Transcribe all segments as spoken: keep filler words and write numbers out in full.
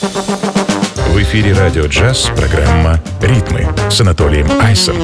В эфире радио «Джаз», программа «Ритмы» с Анатолием Айсом.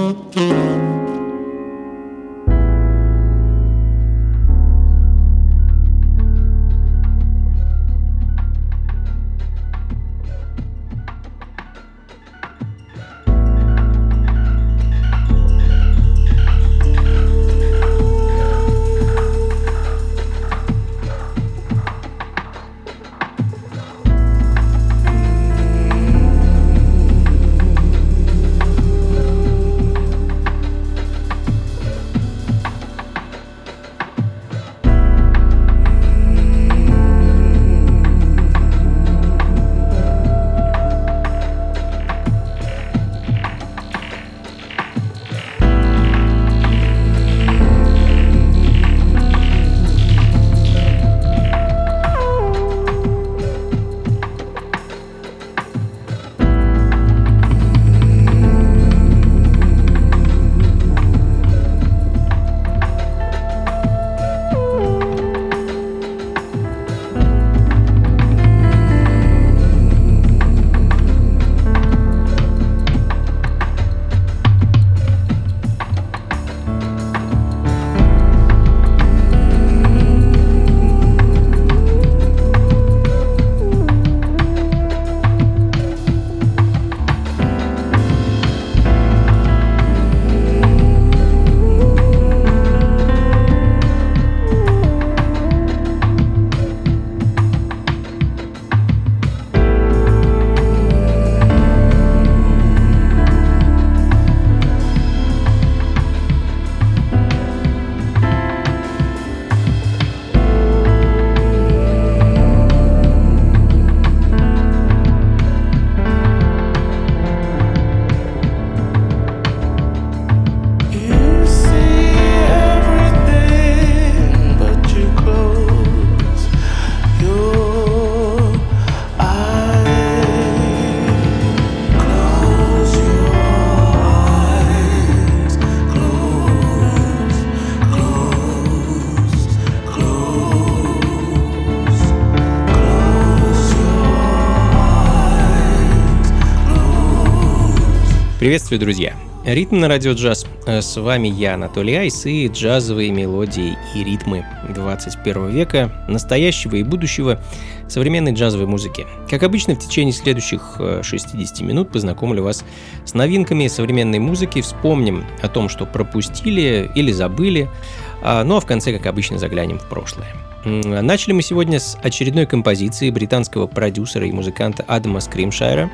Приветствую, друзья! Ритм на радио «Джаз». С вами я, Анатолий Айс, и джазовые мелодии и ритмы двадцать первого века, настоящего и будущего современной джазовой музыки. Как обычно, в течение следующих шестидесяти минут познакомлю вас с новинками современной музыки, вспомним о том, что пропустили или забыли, ну а в конце, как обычно, заглянем в прошлое. Начали мы сегодня с очередной композиции британского продюсера и музыканта Адама Скримшайра.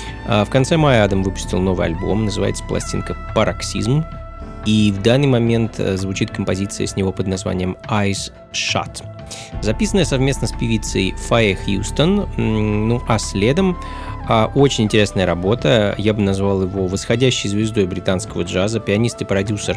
В конце мая Адам выпустил новый альбом, называется пластинка «Пароксизм», и в данный момент звучит композиция с него под названием «Eyes Shut», записанная совместно с певицей Фае Хьюстон. Ну а следом очень интересная работа, я бы назвал его восходящей звездой британского джаза, пианист и продюсер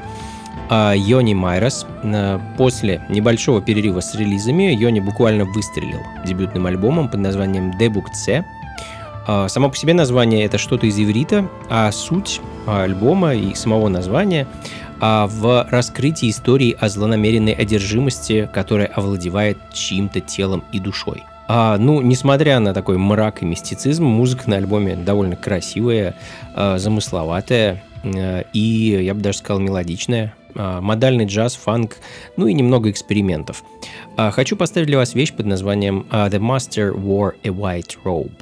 Йони Майрос. После небольшого перерыва с релизами Йони буквально выстрелил дебютным альбомом под названием «Дебукце». Само по себе название — это что-то из иврита, а суть альбома и самого названия в раскрытии истории о злонамеренной одержимости, которая овладевает чьим-то телом и душой. А, ну, несмотря на такой мрак и мистицизм, музыка на альбоме довольно красивая, замысловатая и, я бы даже сказал, мелодичная. Модальный джаз, фанк, ну и немного экспериментов. Хочу поставить для вас вещь под названием «The Master Wore a White Robe».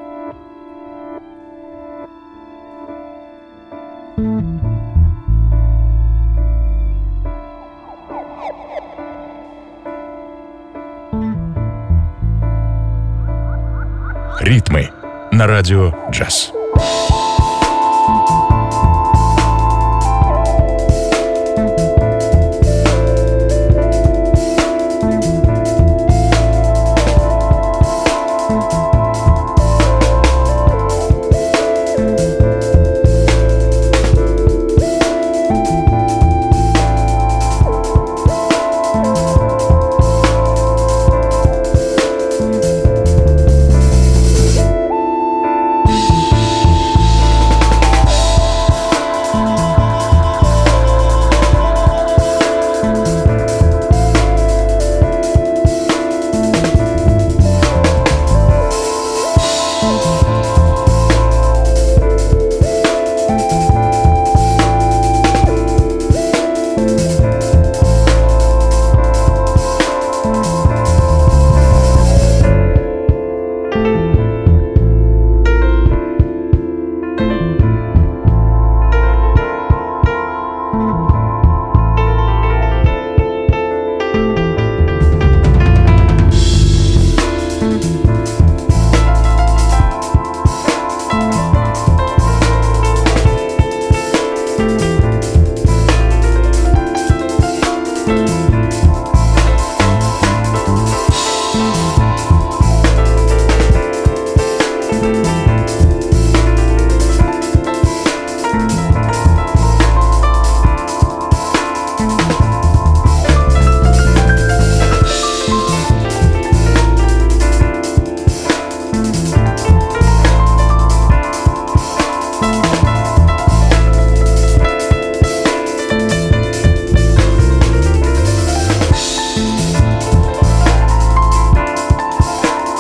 Ритмы на радио «Джаз».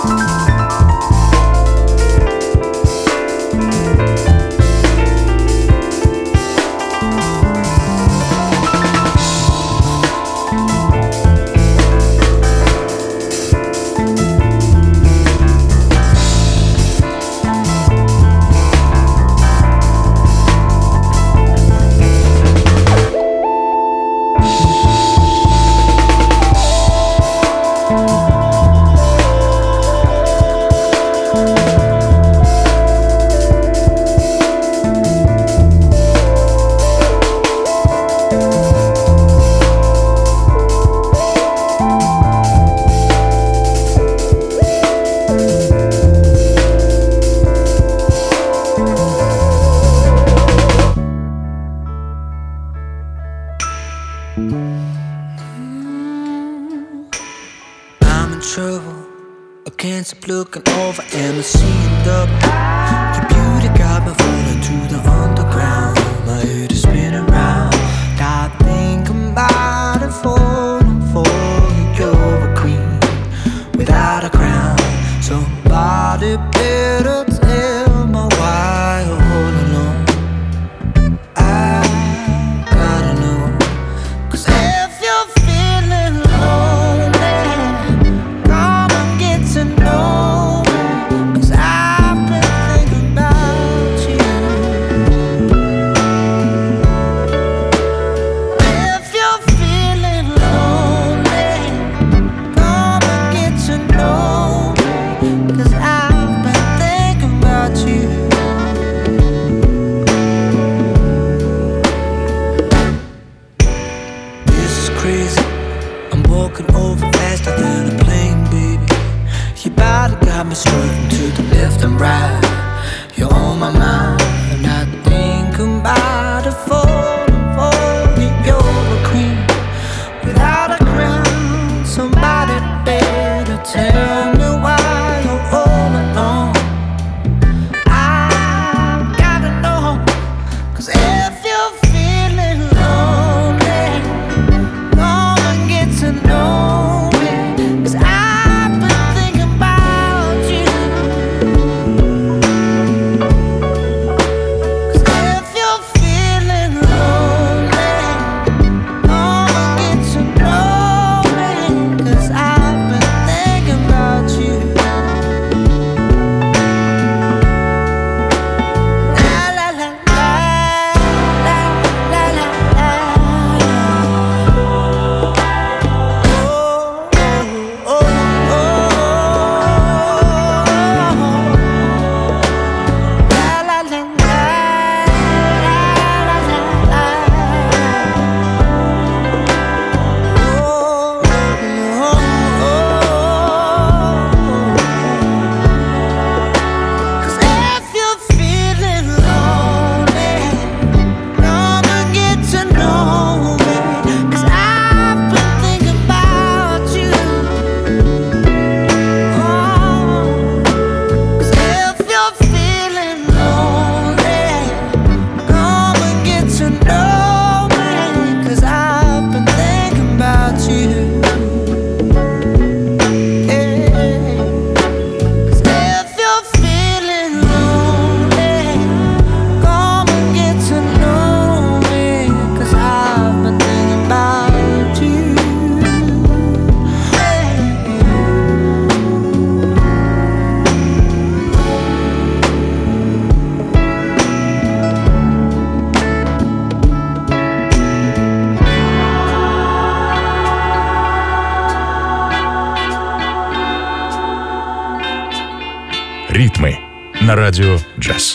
Ритмы на радио «Джаз».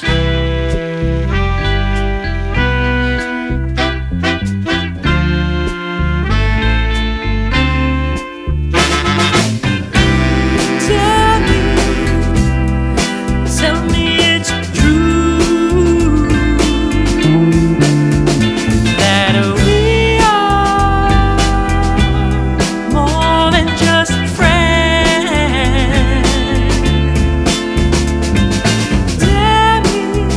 Tell me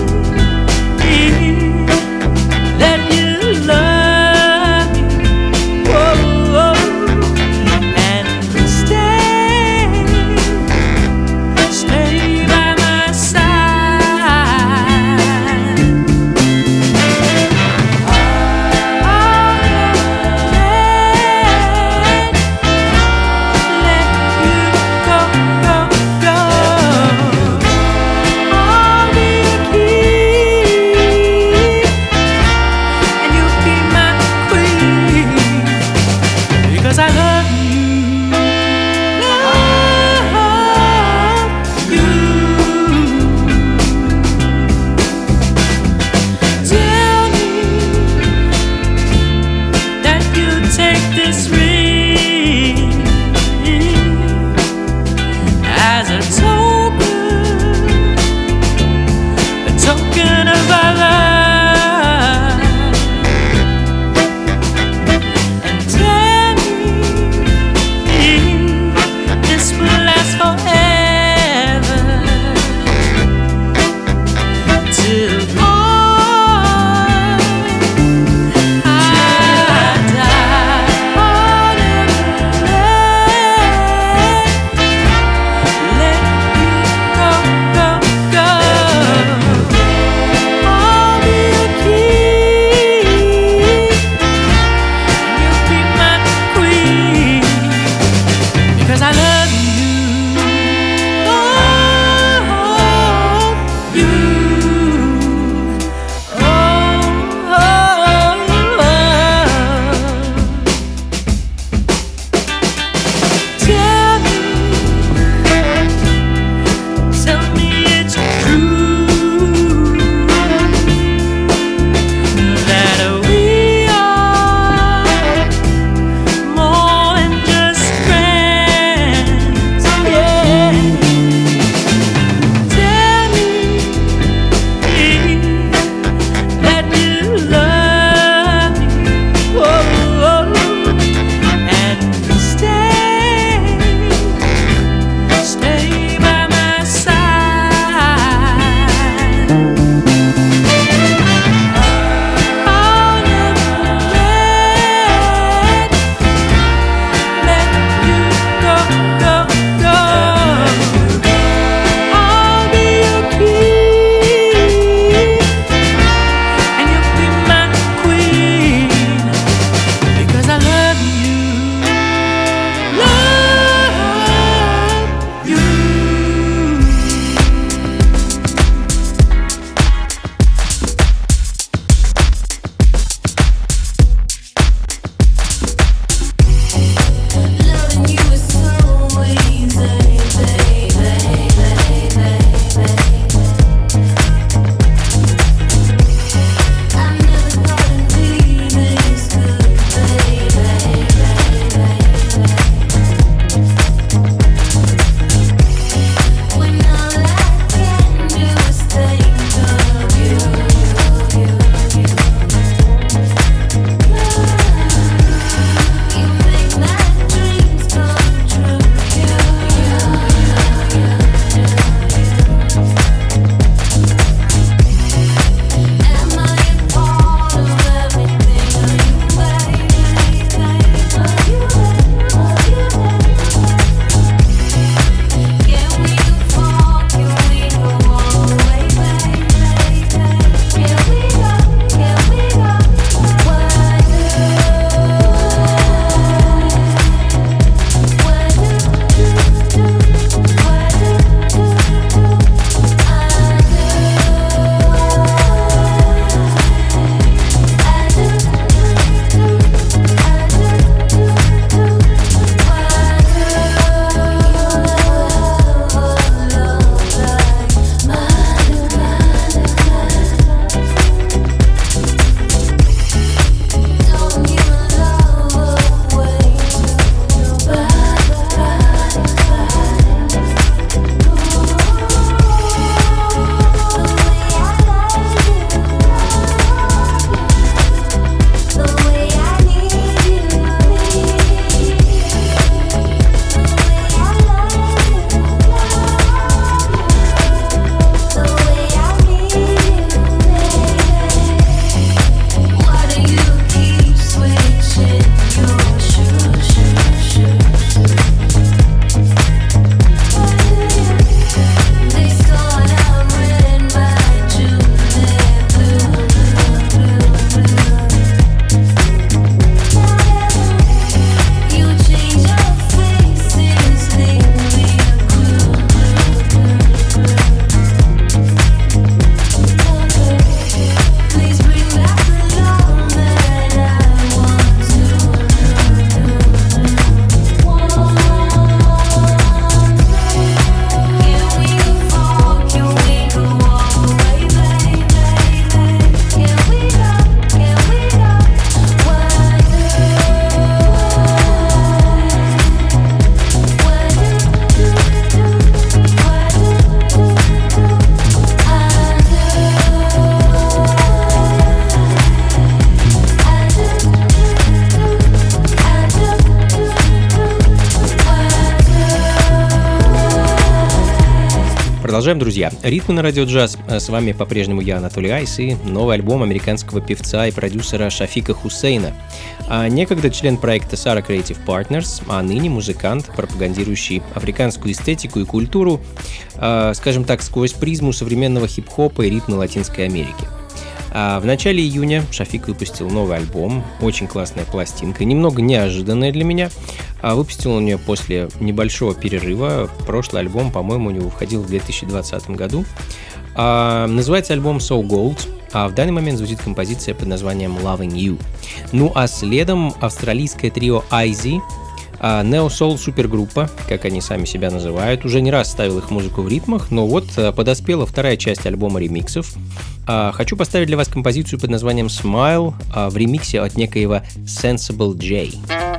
продолжаем, друзья. Ритмы на радио джаз. С вами по-прежнему я, Анатолий Айс, и новый альбом американского певца и продюсера Шафика Хусейна. А некогда член проекта Sara Creative Partners, а ныне музыкант, пропагандирующий африканскую эстетику и культуру, а, скажем так, сквозь призму современного хип-хопа и ритма Латинской Америки. А в начале июня Шафик выпустил новый альбом, очень классная пластинка, немного неожиданная для меня. А выпустил он ее после небольшого перерыва. Прошлый альбом, по-моему, у него выходил в две тысячи двадцатом году. А, называется альбом So Gold, а в данный момент звучит композиция под названием Loving You. Ну а следом австралийское трио ай зет, нео-соул супергруппа, как они сами себя называют. Уже не раз ставил их музыку в ритмах, но вот подоспела вторая часть альбома ремиксов. Хочу поставить для вас композицию под названием Smile в ремиксе от некоего Sensible J.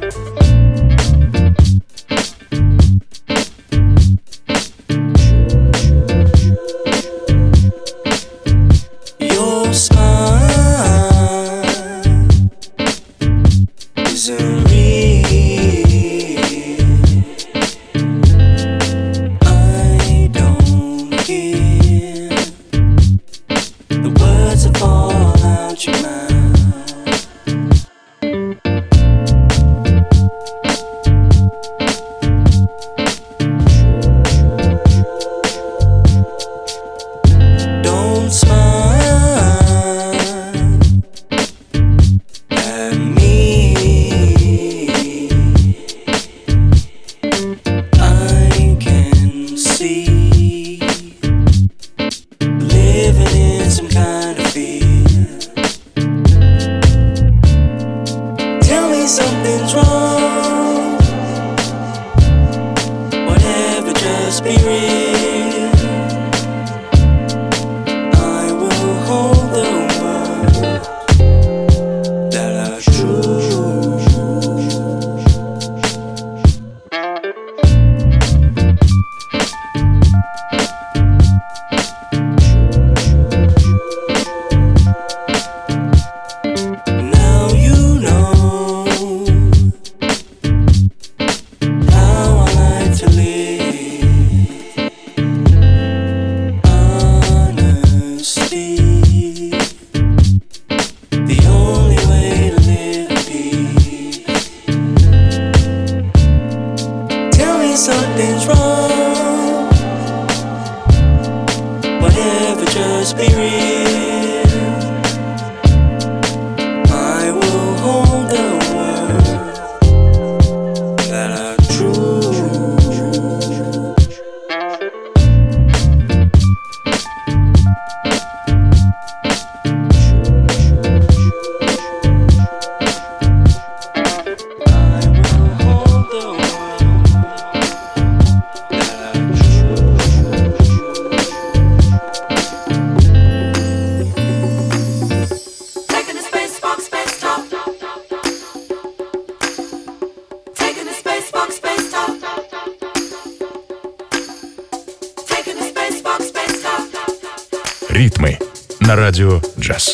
Ритмы на радио джаз.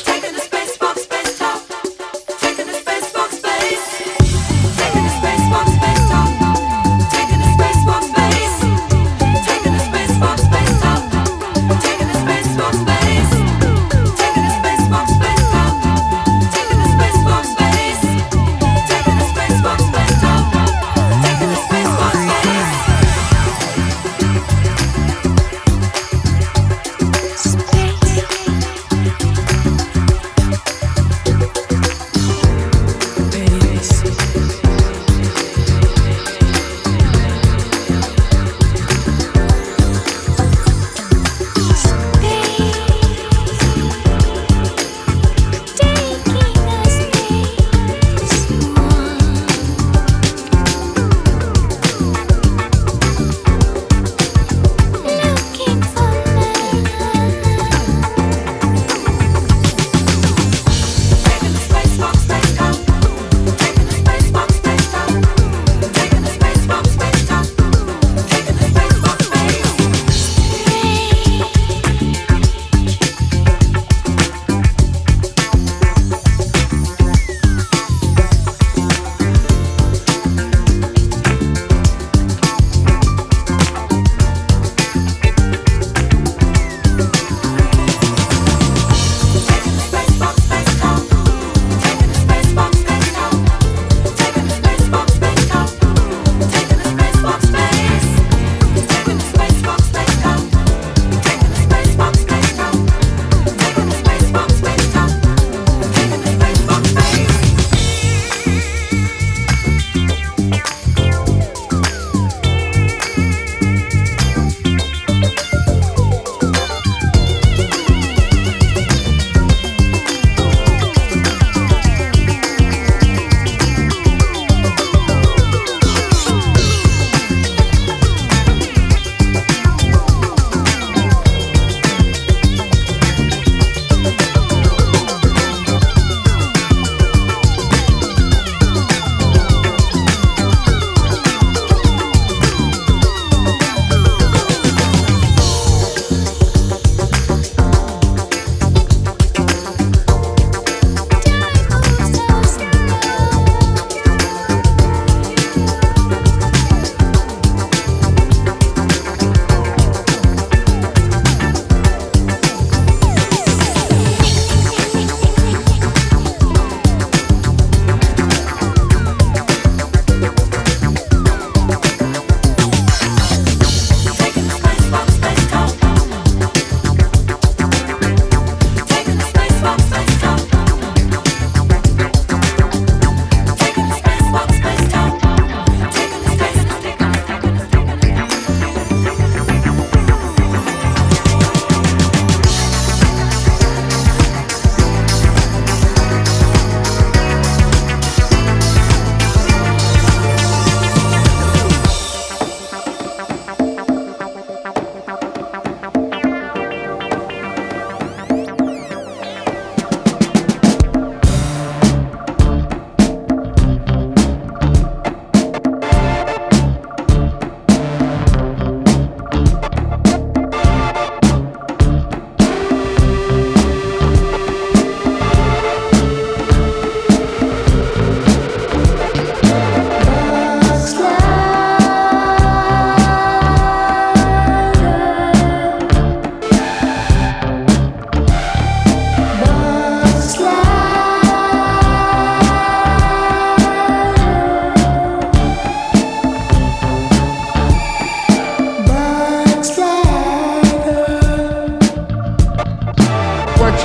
Space.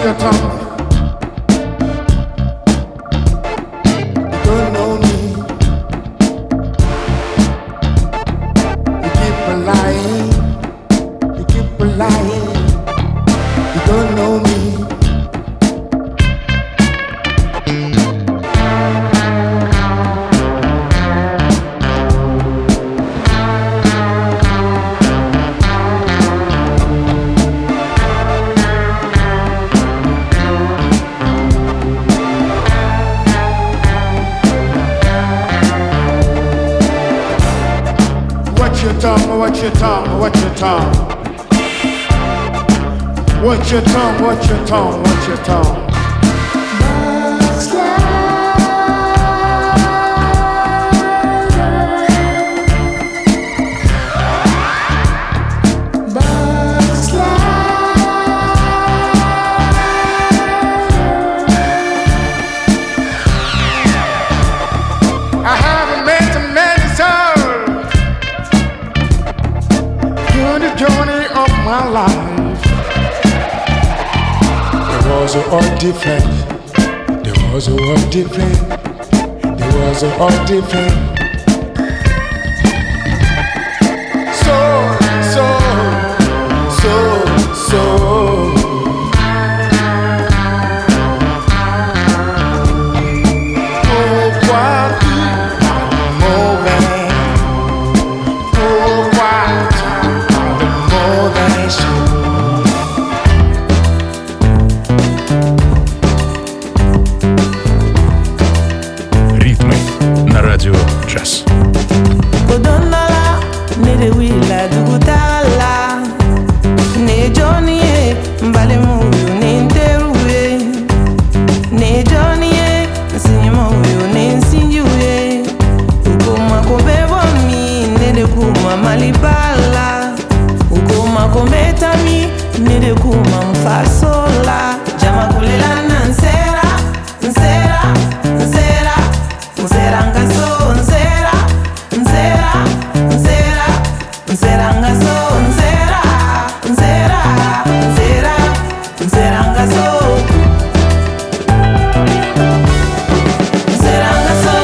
your tongue. You don't know me. You keep a lying. You keep a lying. You don't know me. Watch your tongue, watch your tongue. Watch your tongue, watch your tongue, watch your tongue. My life, there was a all different, there was a all different, there was a all different. So, so, so, so. Oh, what moving, oh, what more than Ритмы на радио джаз. Malibala, ukoma kombeta mi, nide kuma mfasola, jama kulela nansera, nsera, nsera, nsera ngaso, nsera, nsera, nsera, nsera ngaso, nsera, nsera, nsera, nsera ngaso, nsera ngaso.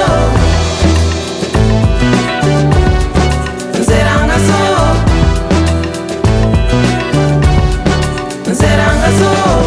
So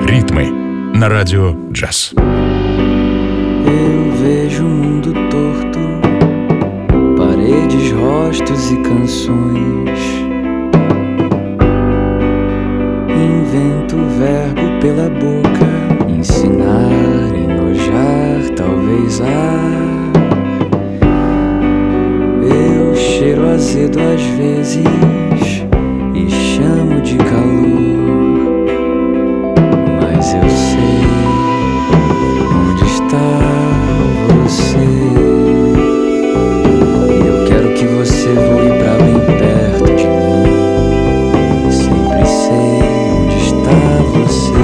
Ритмы на радио джаз. Eu vejo o mundo torto, paredes, rostos e canções. Invento o verbo pela boca, ensinar, enojar, talvez ar. Eu cheiro azedo às vezes e chamo de calor, mas eu sei onde está você. E eu quero que você voe pra bem perto de mim. Sempre sei onde está você.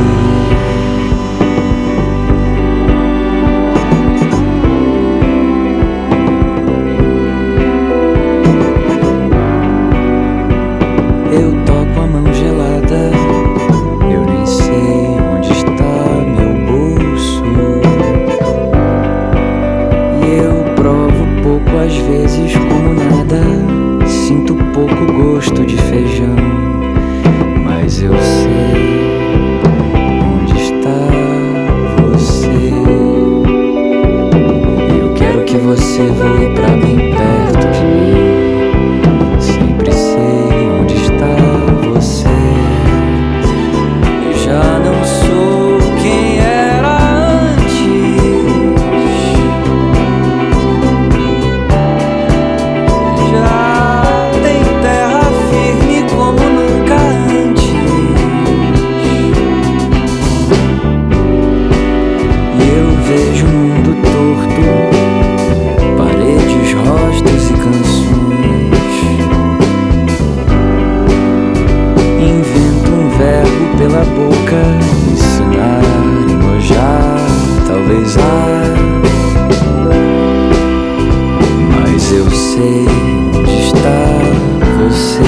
Eu toco a mão gelada, eu nem sei onde está meu bolso. E eu provo pouco às vezes como nada, sinto pouco gosto de feijão, mas eu sei onde está você. Eu quero que você voe pra bem perto de mim. Sempre sei onde está você. Eu já não sou quem era antes. Já tem terra firme como nunca antes. E eu vejo o mundo torto, paredes, rostos e canções. Invento um verbo pela boca, ensinar, enojar, talvez ar. Mas eu sei onde está você.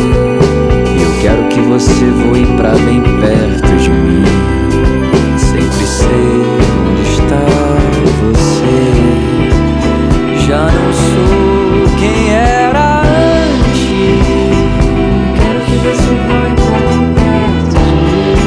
E eu quero que você voe pra bem perto de mim. Sempre sei onde está você. Já não sou quem era antes. Quero que você voe pra bem perto de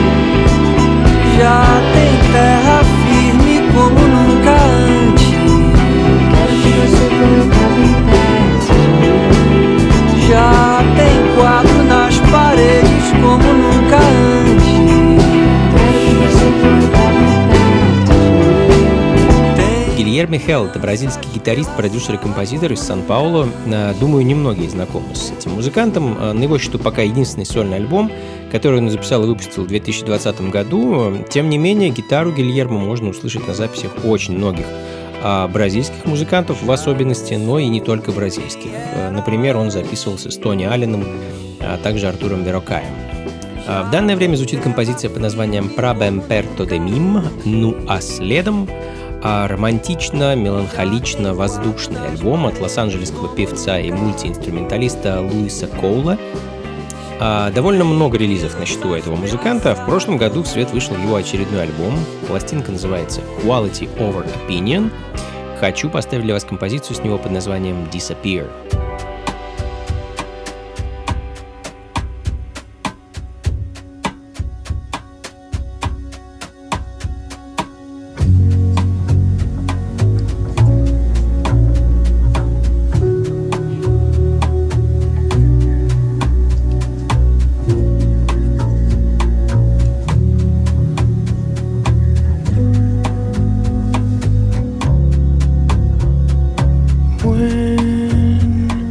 mim. Já tem terra firme como nunca antes. Quero que você voe pra bem perto de mim. Já tem quadro nas paredes como nunca antes. Quero que você voe pra bem perto de mim. Гильерме Хелл — это бразильский гитарист, продюсер и композитор из Сан-Пауло. Думаю, немногие знакомы с этим музыкантом. На его счету пока единственный сольный альбом, который он записал и выпустил в две тысячи двадцатом году. Тем не менее, гитару Гильермо можно услышать на записях очень многих бразильских музыкантов в особенности, но и не только бразильских. Например, он записывался с Тони Алленом, а также Артуром Верокаем. В данное время звучит композиция под названием «Pra ben perto de mim», «Ну а следом», романтично, меланхолично, воздушный альбом от лос-анджелесского певца и мультиинструменталиста Луиса Коула. Довольно много релизов на счету этого музыканта. В прошлом году в свет вышел его очередной альбом. Пластинка называется Quality Over Opinion. Хочу поставить для вас композицию с него под названием Disappear. When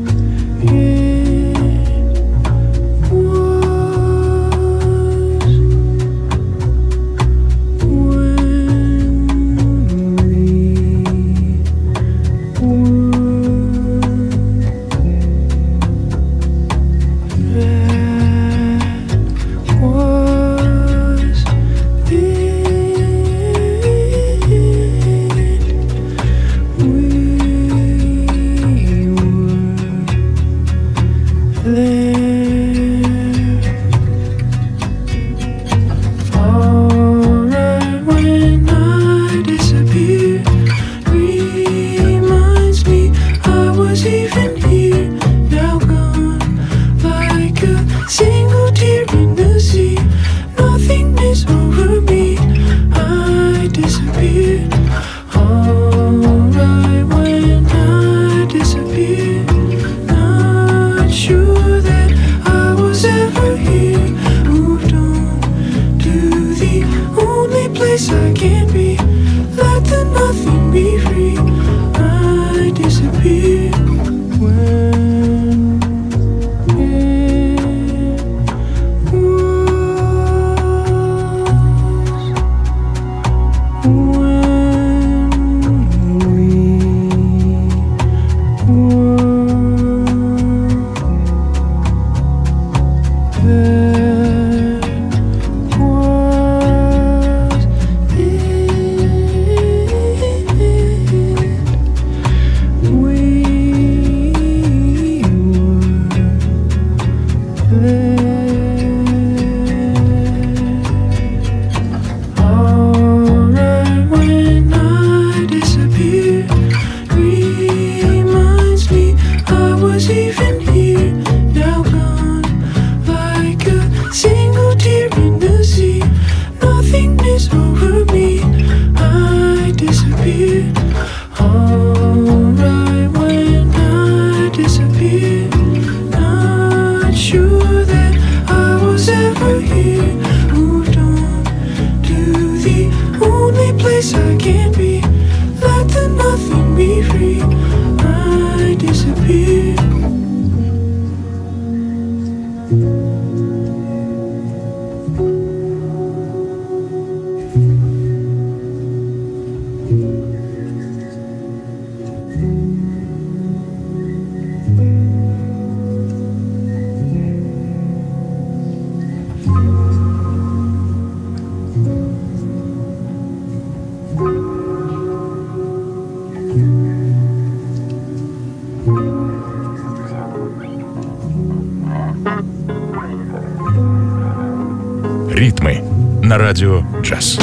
Ритмы на радио «Джаз».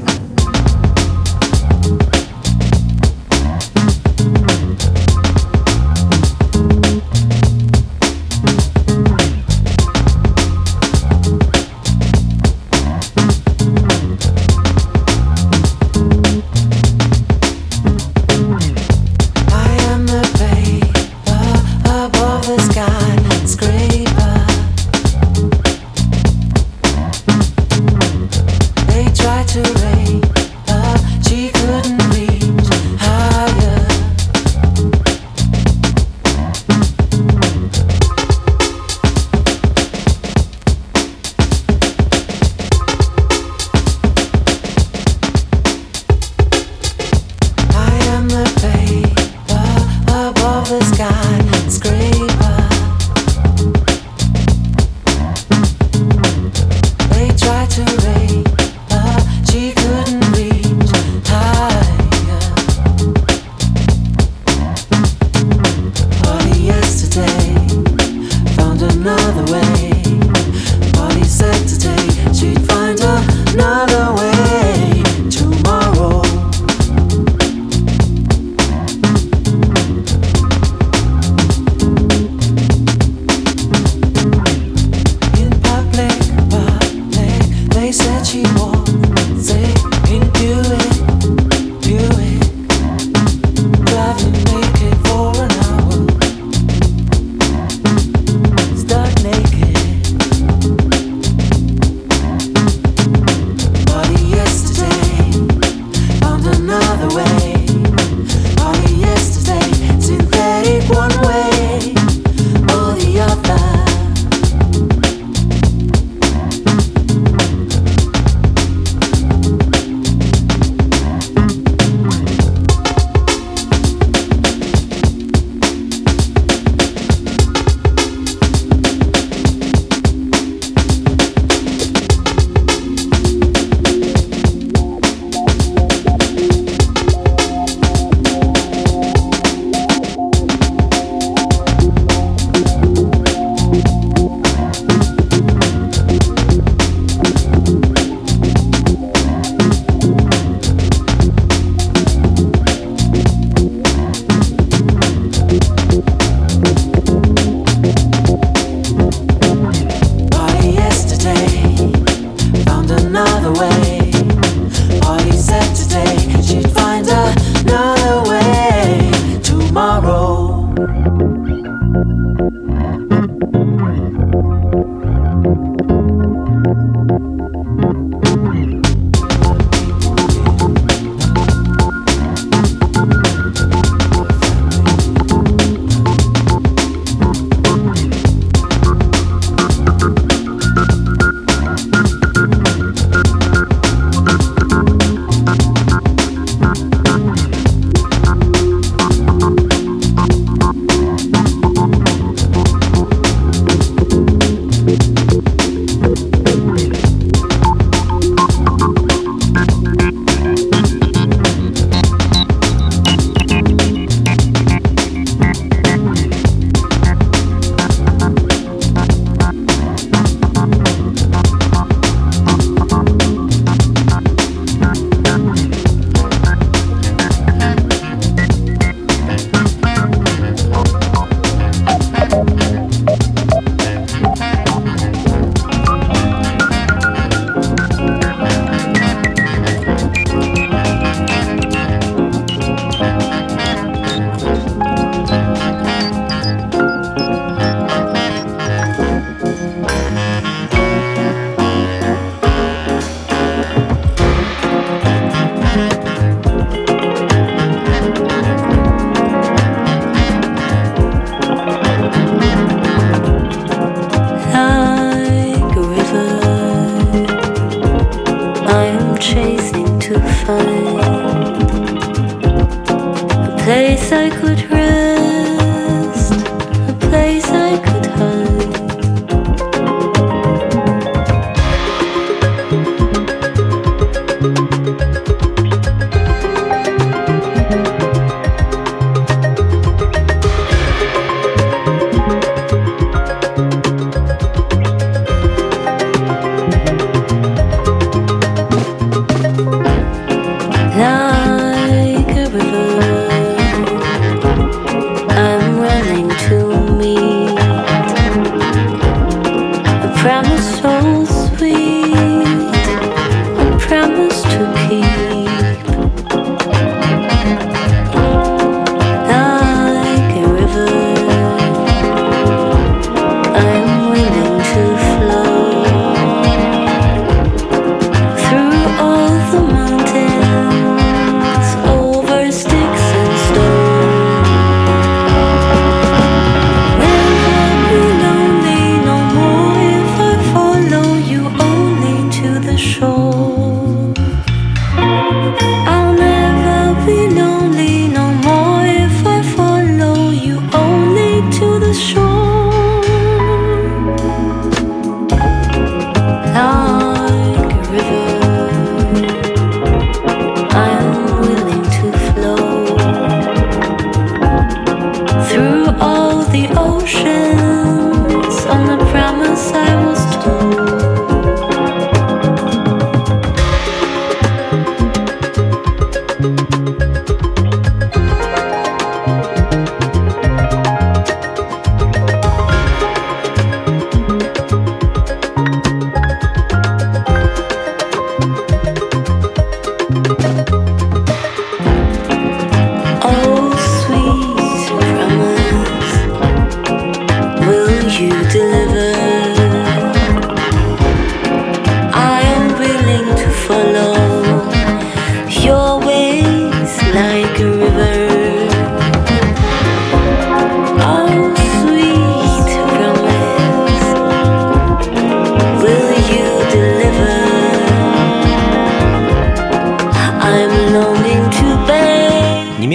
place I could rest, a place I could hide.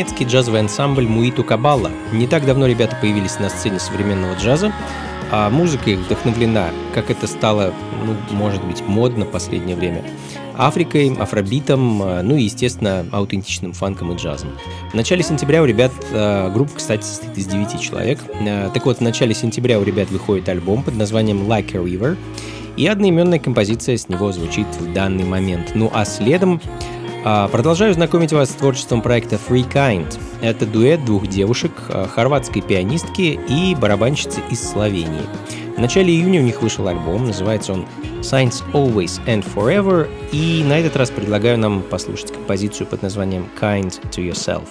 немецкий джазовый ансамбль Муиту Кабала. Не так давно ребята появились на сцене современного джаза, а музыка их вдохновлена, как это стало, ну, может быть, модно в последнее время, Африкой, афробитом, ну и, естественно, аутентичным фанком и джазом. В начале сентября у ребят, группа, кстати, состоит из девяти человек. Так вот, в начале сентября у ребят выходит альбом под названием Like a River, и одноименная композиция с него звучит в данный момент. Ну а следом продолжаю знакомить вас с творчеством проекта Three Kind. Это дуэт двух девушек, хорватской пианистки и барабанщицы из Словении. В начале июня у них вышел альбом, называется он Signs Always and Forever, и на этот раз предлагаю нам послушать композицию под названием Kind to Yourself.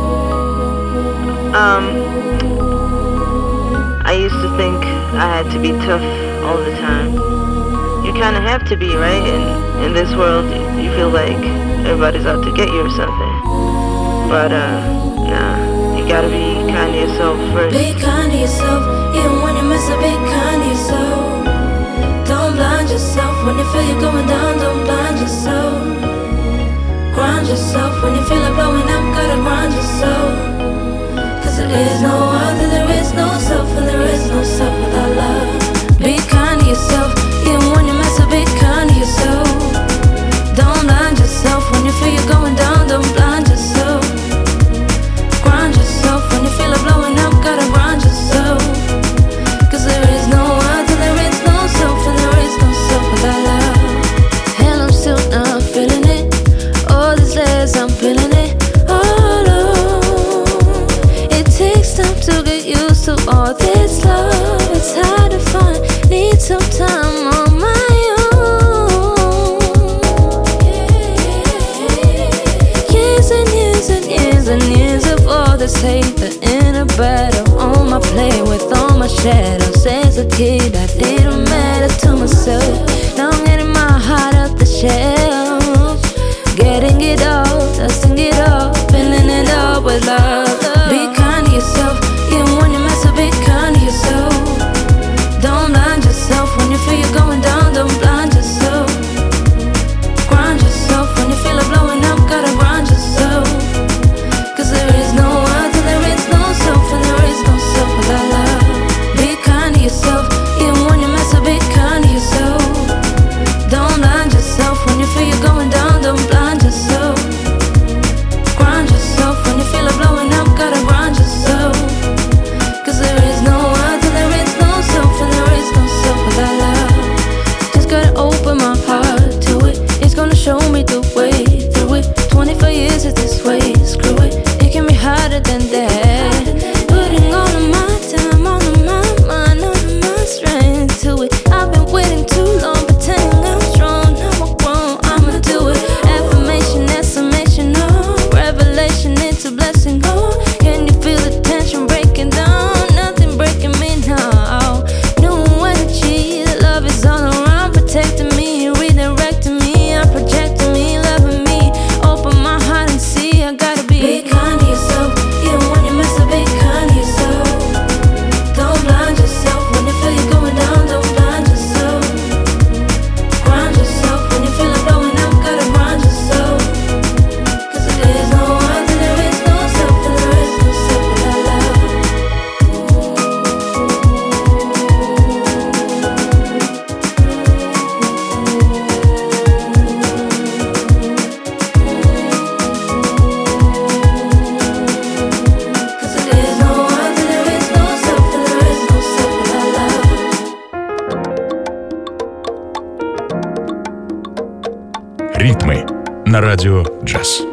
Um, I used to think I had to be tough all the time. You kind of have to be, right? In, in this world, you feel like everybody's out to get you or something. But, uh, nah, you gotta be kind to yourself first. Be kind to yourself, even when you mess up, be kind to yourself. Don't blind yourself when you feel you're going down, don't blind yourself. Grind yourself when you feel like blowing up, gotta grind yourself. Cause there is no other, there is no self, and there is no self without love. Be kind to yourself, even when you mess up, be kind to yourself. Don't blind yourself when you feel you're going down, don't blind yourself. Grind yourself when you feel like blowing up, gotta grind yourself. Cause there is no other, there is no self, and there is no self without love. Hell, I'm still not feeling it. All these layers, I'm feeling it all alone. It takes time to get used to all this love. It's hard to find, need some time on my and years of all this hate, the inner battle on my plate with all my shadows. As a kid, I didn't matter to myself. Now I'm getting my heart out the shelf, getting it off, dusting it off, filling it up with love. Be kind to yourself, even when you mess up, be kind to yourself. Don't blind yourself when you feel you're going down, don't blind yourself. Grind yourself when you feel like blowing up, gotta grind yourself. There is no other, there is no self, and there is no self without love. Be kind to yourself, even when you mess up, be kind to yourself. Don't blind yourself when you feel you're going down, don't blind yourself. Grind yourself when you feel like blowing up, gotta grind yourself. Cause there is no other, there is no self, and there is no self without love. Just gotta open my heart to it, it's gonna show me the way through it. twenty-five years is this way, screw it. Harder than that. Putting all of my time, all of my mind, all of my strength to it. I've been waiting too long, pretending I'm strong. Now I'm grown, I'ma do it. Affirmation, exclamation, oh. Revelation into blessing, oh. Can you feel the tension breaking down? Nothing breaking me now. New energy, the love is all around, protecting me, redirecting me, I'm projecting me, loving me. Open my heart and see, I gotta be, be kind to yourself. Even when you mess up, be kind to yourself. Don't blind yourself when you feel you're going down, don't blind yourself. Grind yourself when you feel like blowing up, gotta grind yourself. Cause there is no other, there is no self, and there is no self without love. Ритмы на радио джаз.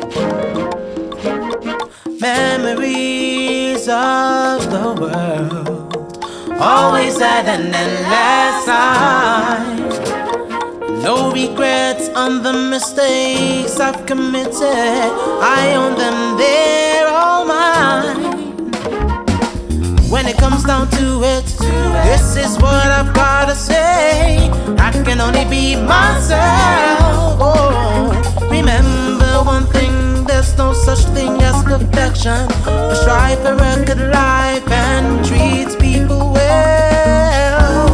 Memories of the world always had an endless line. No regrets on the mistakes I've committed. I own them, they're all mine. When it comes down to it, this is what I've gotta say. I can only be myself. Oh, remember one thing, there's no such thing as perfection. But strive for a good life and treat people well.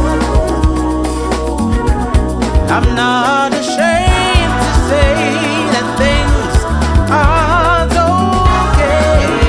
I'm not ashamed to say that things aren't okay.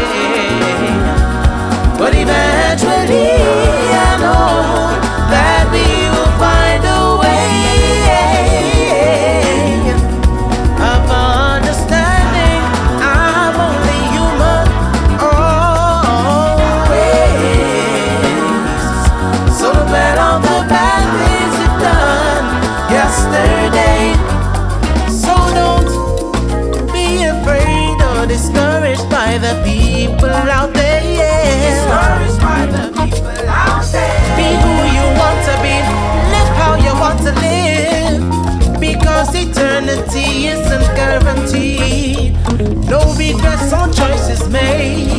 people out there. It's nourished by the people out there. Be who you want to be, live how you want to live, because eternity isn't guaranteed. No regrets on choices made.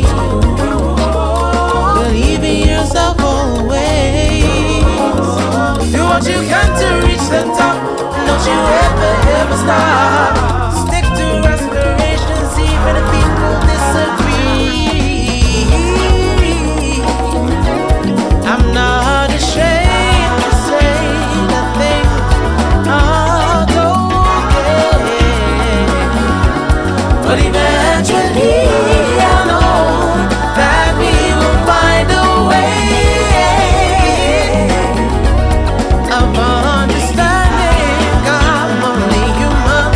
Believe in yourself always. Do what you can to reach the top. Don't you ever, ever stop. Stick to aspirations even if people disagree. I'm not ashamed to say that things are okay. But eventually I know that we will find a way of understanding. I'm only human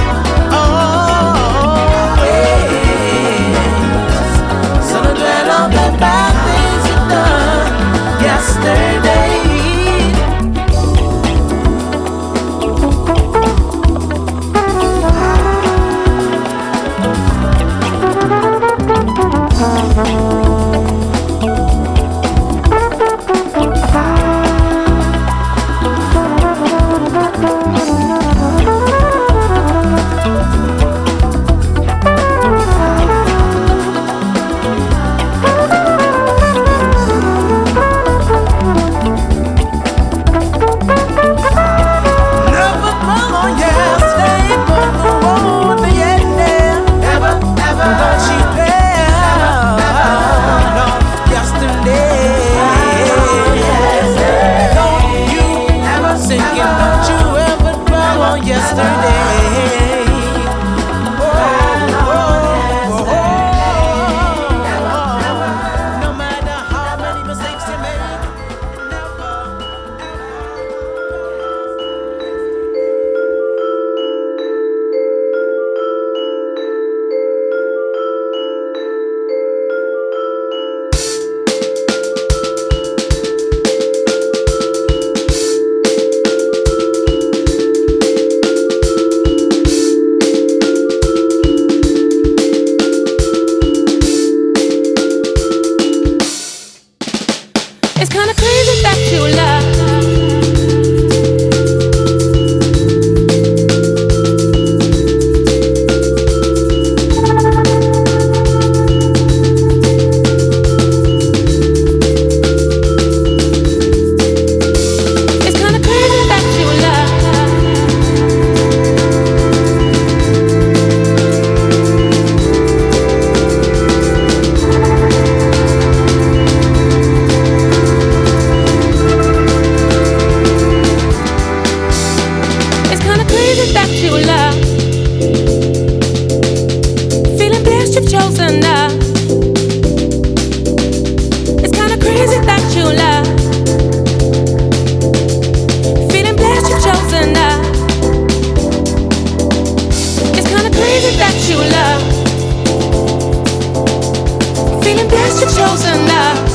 always. So don't dwell on the bad things you've done yesterday. Never fall on yesterday, but the road to get there. Never, never don't you dare on yesterday. Don't you ever singing, don't you ever dwell on yesterday. Oh, oh, oh, oh. No matter how many mistakes you make, never. It's kinda crazy that you love. It's kinda crazy that you love. It's kinda crazy that you love. Feeling blessed you've chosen us. It's kinda crazy that you love. Feeling blessed you've chosen us. It's kinda crazy that you love. Feeling blessed you've chosen us.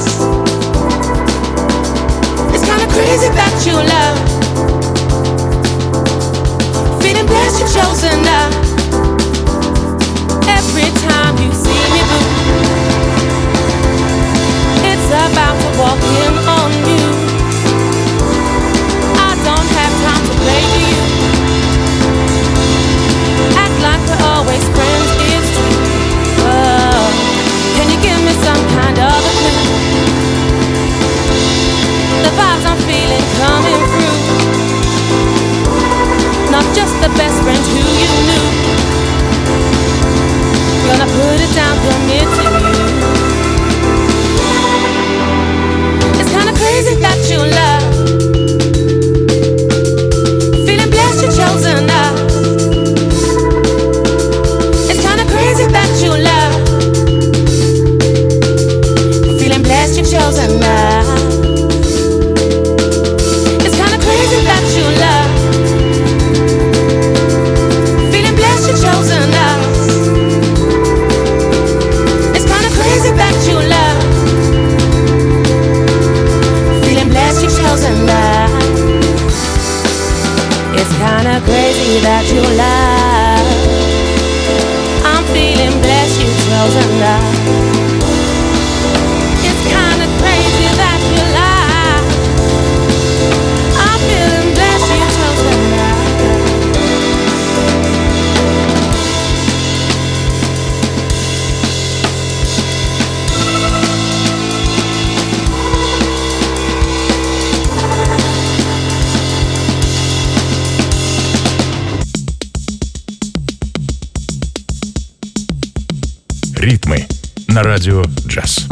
It's kinda crazy that you love. Feeling blessed you've chosen us. Every time you see me boo, it's about to walk in on you. I don't have time to play to you. Act like we're always friends, it's true. Oh, can you give me some kind of a clue? The vibes I'm feeling coming through. Not just the best friend who you knew. Gonna put it down, commit to you. It's kinda crazy that you love. Feeling blessed you've chosen us. It's kinda crazy that you love. Feeling blessed you've chosen us. It's kinda crazy that you love. Feeling blessed you've chosen us. It's kinda crazy that you love. Feeling blessed you've chosen us. It's kinda crazy that you love. I'm feeling blessed you've chosen us. «Ритмы» на радио «Джаз».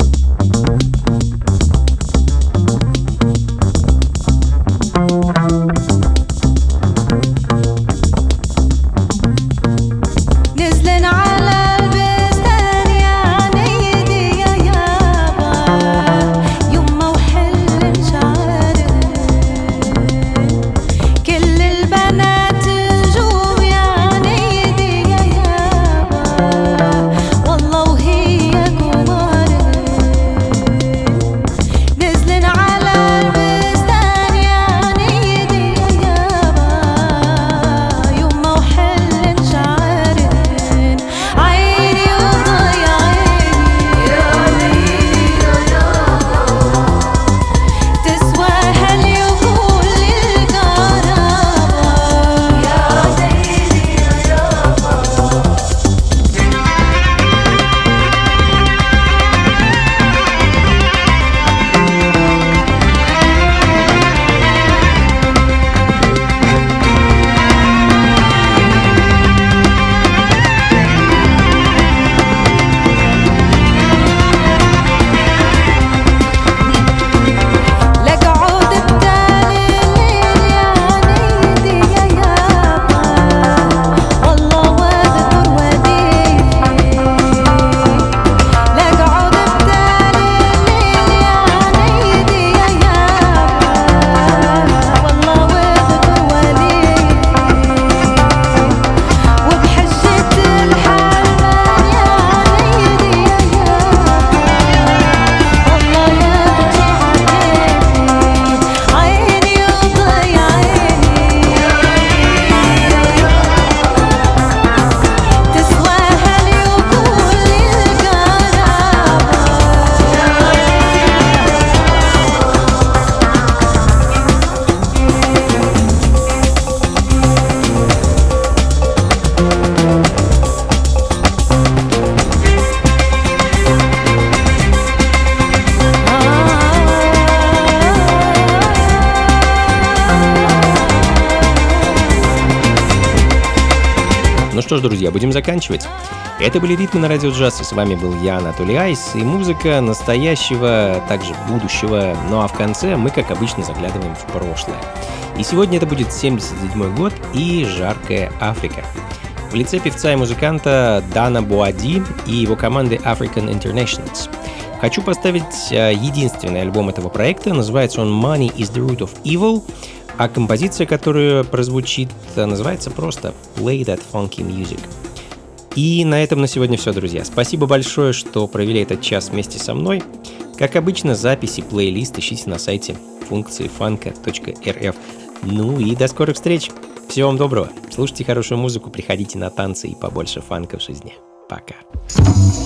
Ну что ж, друзья, будем заканчивать. Это были «Ритмы» на радио «Джаз», и с вами был я, Анатолий Айс, и музыка настоящего, также будущего. Ну а в конце мы, как обычно, заглядываем в прошлое. И сегодня это будет семьдесят седьмой год и жаркая Африка. В лице певца и музыканта Дана Буади и его команды African Internationals. Хочу поставить единственный альбом этого проекта, называется он «Money is the root of evil», а композиция, которая прозвучит, называется просто «Play That Funky Music». И на этом на сегодня все, друзья. Спасибо большое, что провели этот час вместе со мной. Как обычно, записи, плейлист ищите на сайте функции фанка точка эр эф. Ну и до скорых встреч. Всего вам доброго. Слушайте хорошую музыку, приходите на танцы и побольше фанка в жизни. Пока.